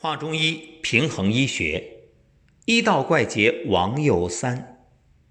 华中医平衡医学，医道怪杰王佑三。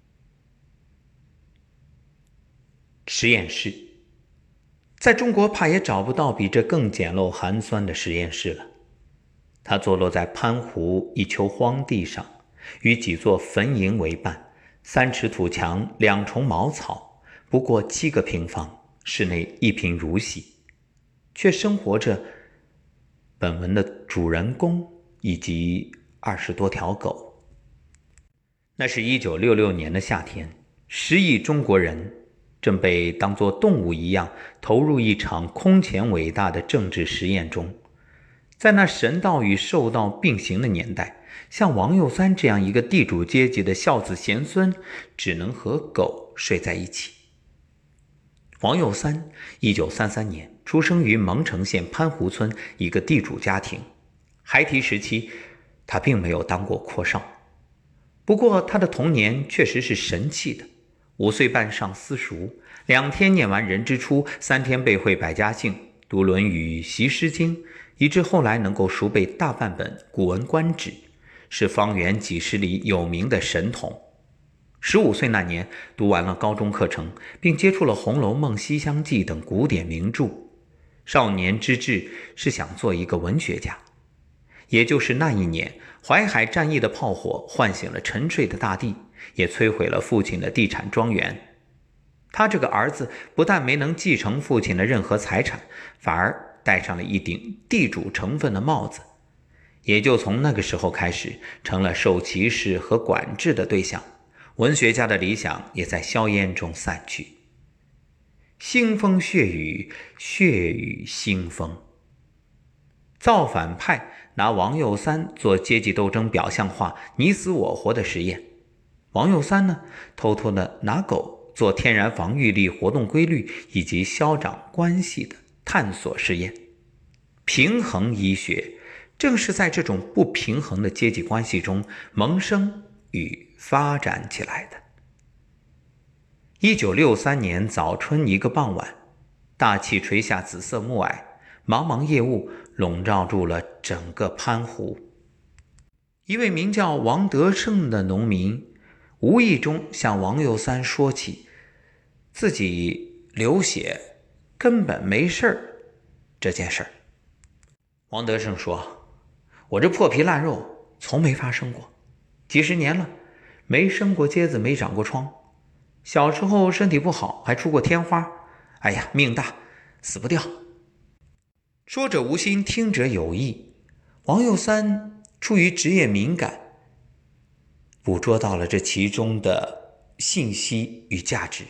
实验室，在中国怕也找不到比这更简陋寒酸的实验室了。它坐落在潘湖一丘荒地上，与几座坟茔为伴，3尺土墙，2重茅草，不过7个平方，室内一贫如洗，却生活着本文的主人公以及20多条狗。那是1966年的夏天，10亿中国人正被当作动物一样投入一场空前伟大的政治实验中。在那神道与兽道并行的年代，像王佑三这样一个地主阶级的孝子贤孙，只能和狗睡在一起。王佑三1933年出生于蒙城县潘湖村一个地主家庭。孩提时期，他并没有当过阔少，不过他的童年确实是神气的。5岁半上私塾，2天念完人之初，3天背会百家姓，读论语，习诗经，以致后来能够熟背大半本《古文观止》，是方圆几十里有名的神童。15岁那年，读完了高中课程，并接触了《红楼梦》《西厢记》等古典名著。少年之志是想做一个文学家。也就是那一年，淮海战役的炮火唤醒了沉睡的大地，也摧毁了父亲的地产庄园。他这个儿子不但没能继承父亲的任何财产，反而戴上了一顶地主成分的帽子，也就从那个时候开始，成了受歧视和管制的对象。文学家的理想也在硝烟中散去。腥风血雨，血雨腥风。造反派拿王佑三做阶级斗争表象化你死我活的实验，王佑三呢，偷偷的拿狗做天然防御力活动规律以及消长关系的探索实验。平衡医学正是在这种不平衡的阶级关系中萌生与发展起来的。1963年早春一个傍晚，大气垂下紫色暮霭，茫茫夜雾笼罩住了整个潘湖。一位名叫王德胜的农民无意中向王佑三说起自己流血根本没事这件事儿。王德胜说，我这破皮烂肉从没发生过，几十年了，没生过疖子，没长过疮，小时候身体不好，还出过天花，哎呀，命大，死不掉。说者无心，听者有意。王佑三出于职业敏感，捕捉到了这其中的信息与价值。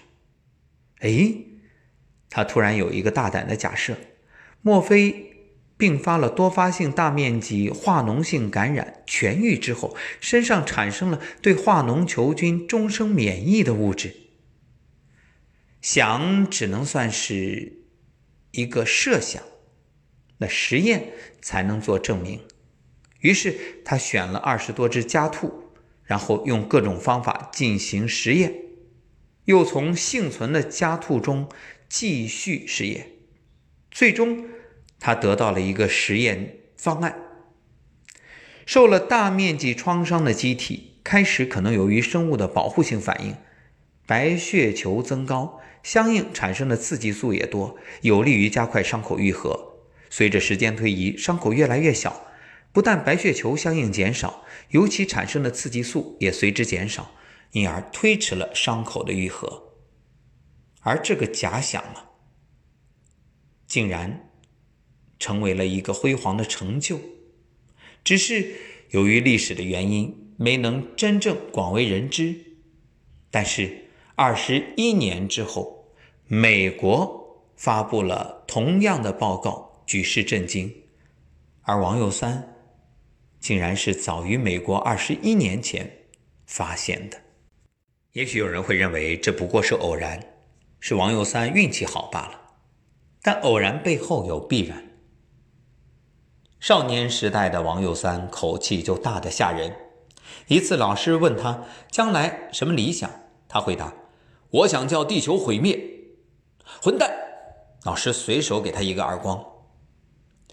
他突然有一个大胆的假设，莫非并发了多发性大面积化脓性感染痊愈之后，身上产生了对化脓球菌终生免疫的物质？想只能算是一个设想，那实验才能做证明。于是他选了20多只家兔，然后用各种方法进行实验，又从幸存的家兔中继续实验，最终他得到了一个实验方案。受了大面积创伤的机体，开始可能由于生物的保护性反应，白血球增高，相应产生的刺激素也多，有利于加快伤口愈合。随着时间推移，伤口越来越小，不但白血球相应减少，尤其产生的刺激素也随之减少，因而推迟了伤口的愈合。而这个假想竟然成为了一个辉煌的成就，只是由于历史的原因，没能真正广为人知。但是21年之后，美国发布了同样的报告，举世震惊。而王佑三竟然是早于美国21年前发现的。也许有人会认为这不过是偶然，是王佑三运气好罢了，但偶然背后有必然。少年时代的王佑三口气就大得吓人。一次老师问他将来什么理想，他回答，我想叫地球毁灭。混蛋！老师随手给他一个耳光。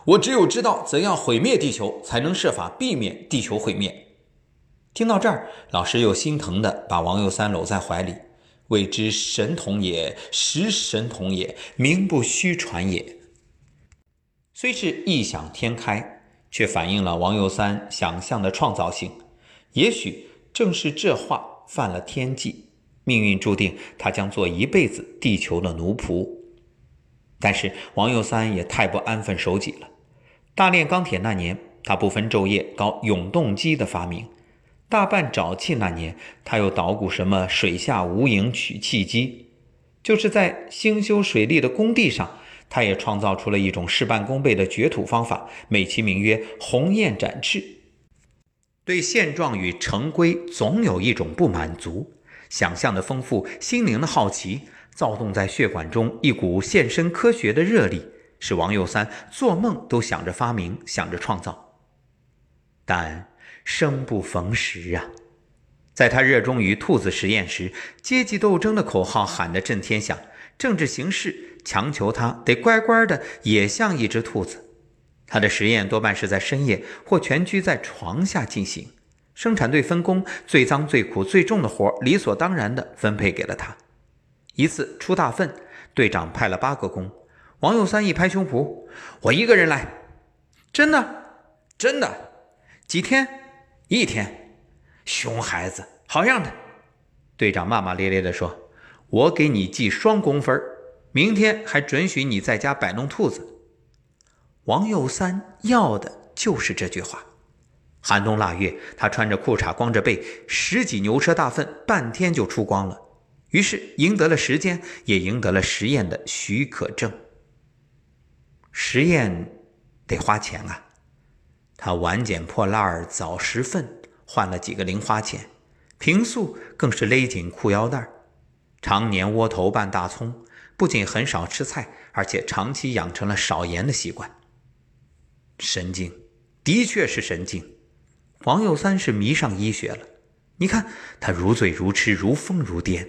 我只有知道怎样毁灭地球，才能设法避免地球毁灭。听到这儿，老师又心疼地把王佑三搂在怀里，谓之神童也，实神童也，名不虚传也。虽是异想天开，却反映了王佑三想象的创造性。也许正是这话犯了天际，命运注定他将做一辈子地球的奴仆。但是王佑三也太不安分守己了。大炼钢铁那年，他不分昼夜搞永动机的发明；大办沼气那年，他又捣鼓什么水下无影取气机。就是在兴修水利的工地上，他也创造出了一种事半功倍的掘土方法，美其名曰鸿雁展翅。对现状与成规总有一种不满足，想象的丰富，心灵的好奇，躁动在血管中一股献身科学的热力，使王佑三做梦都想着发明，想着创造。但生不逢时啊，在他热衷于兔子实验时，阶级斗争的口号喊得震天响，政治形势强求他得乖乖的也像一只兔子。他的实验多半是在深夜或蜷居在床下进行，生产队分工，最脏最苦最重的活理所当然地分配给了他。一次出大粪，队长派了8个工，王佑三一拍胸脯，我一个人来。真的？真的？几天？1天。熊孩子，好样的。队长骂骂咧咧地说，我给你记2工分，明天还准许你在家摆弄兔子。王佑三要的就是这句话。寒冬腊月，他穿着裤衩光着背，10几牛车大粪半天就出光了，于是赢得了时间，也赢得了实验的许可证。实验得花钱啊，他晚捡破烂，早拾粪，换了几个零花钱，平素更是勒紧裤腰带，常年窝头拌大葱，不仅很少吃菜，而且长期养成了少盐的习惯。神经，的确是神经。王佑三是迷上医学了，你看他如醉如痴，如疯如癫。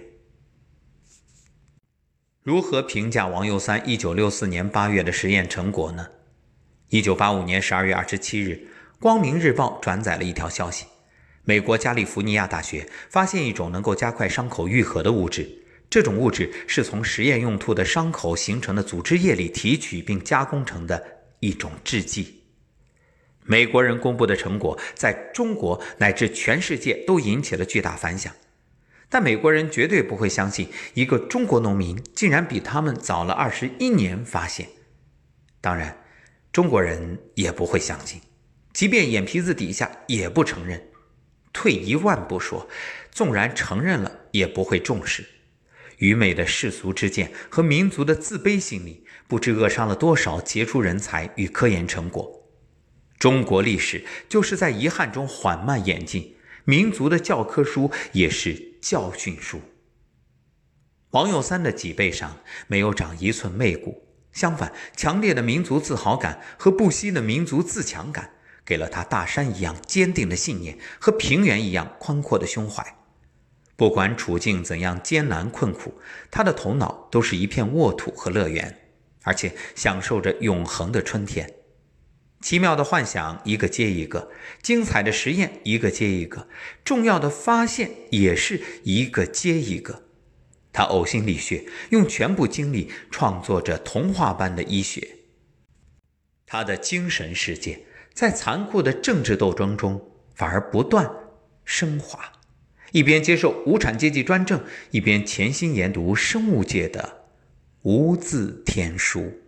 如何评价王佑三1964年8月的实验成果呢？1985年12月27日，光明日报转载了一条消息，美国加利福尼亚大学发现一种能够加快伤口愈合的物质，这种物质是从实验用兔的伤口形成的组织液里提取并加工成的一种制剂。美国人公布的成果在中国乃至全世界都引起了巨大反响，但美国人绝对不会相信一个中国农民竟然比他们早了21年发现。当然，中国人也不会相信，即便眼皮子底下也不承认。退一万步说，纵然承认了，也不会重视。愚昧的世俗之见和民族的自卑心理，不知扼杀了多少杰出人才与科研成果。中国历史就是在遗憾中缓慢演进，民族的教科书也是教训书。王佑三的脊背上没有长1寸肋骨，相反，强烈的民族自豪感和不息的民族自强感，给了他大山一样坚定的信念和平原一样宽阔的胸怀。不管处境怎样艰难困苦，他的头脑都是一片沃土和乐园，而且享受着永恒的春天。奇妙的幻想一个接一个，精彩的实验一个接一个，重要的发现也是一个接一个。他呕心沥血，用全部精力创作着童话般的医学。他的精神世界在残酷的政治斗争中反而不断升华，一边接受无产阶级专政，一边潜心研读生物界的无字天书。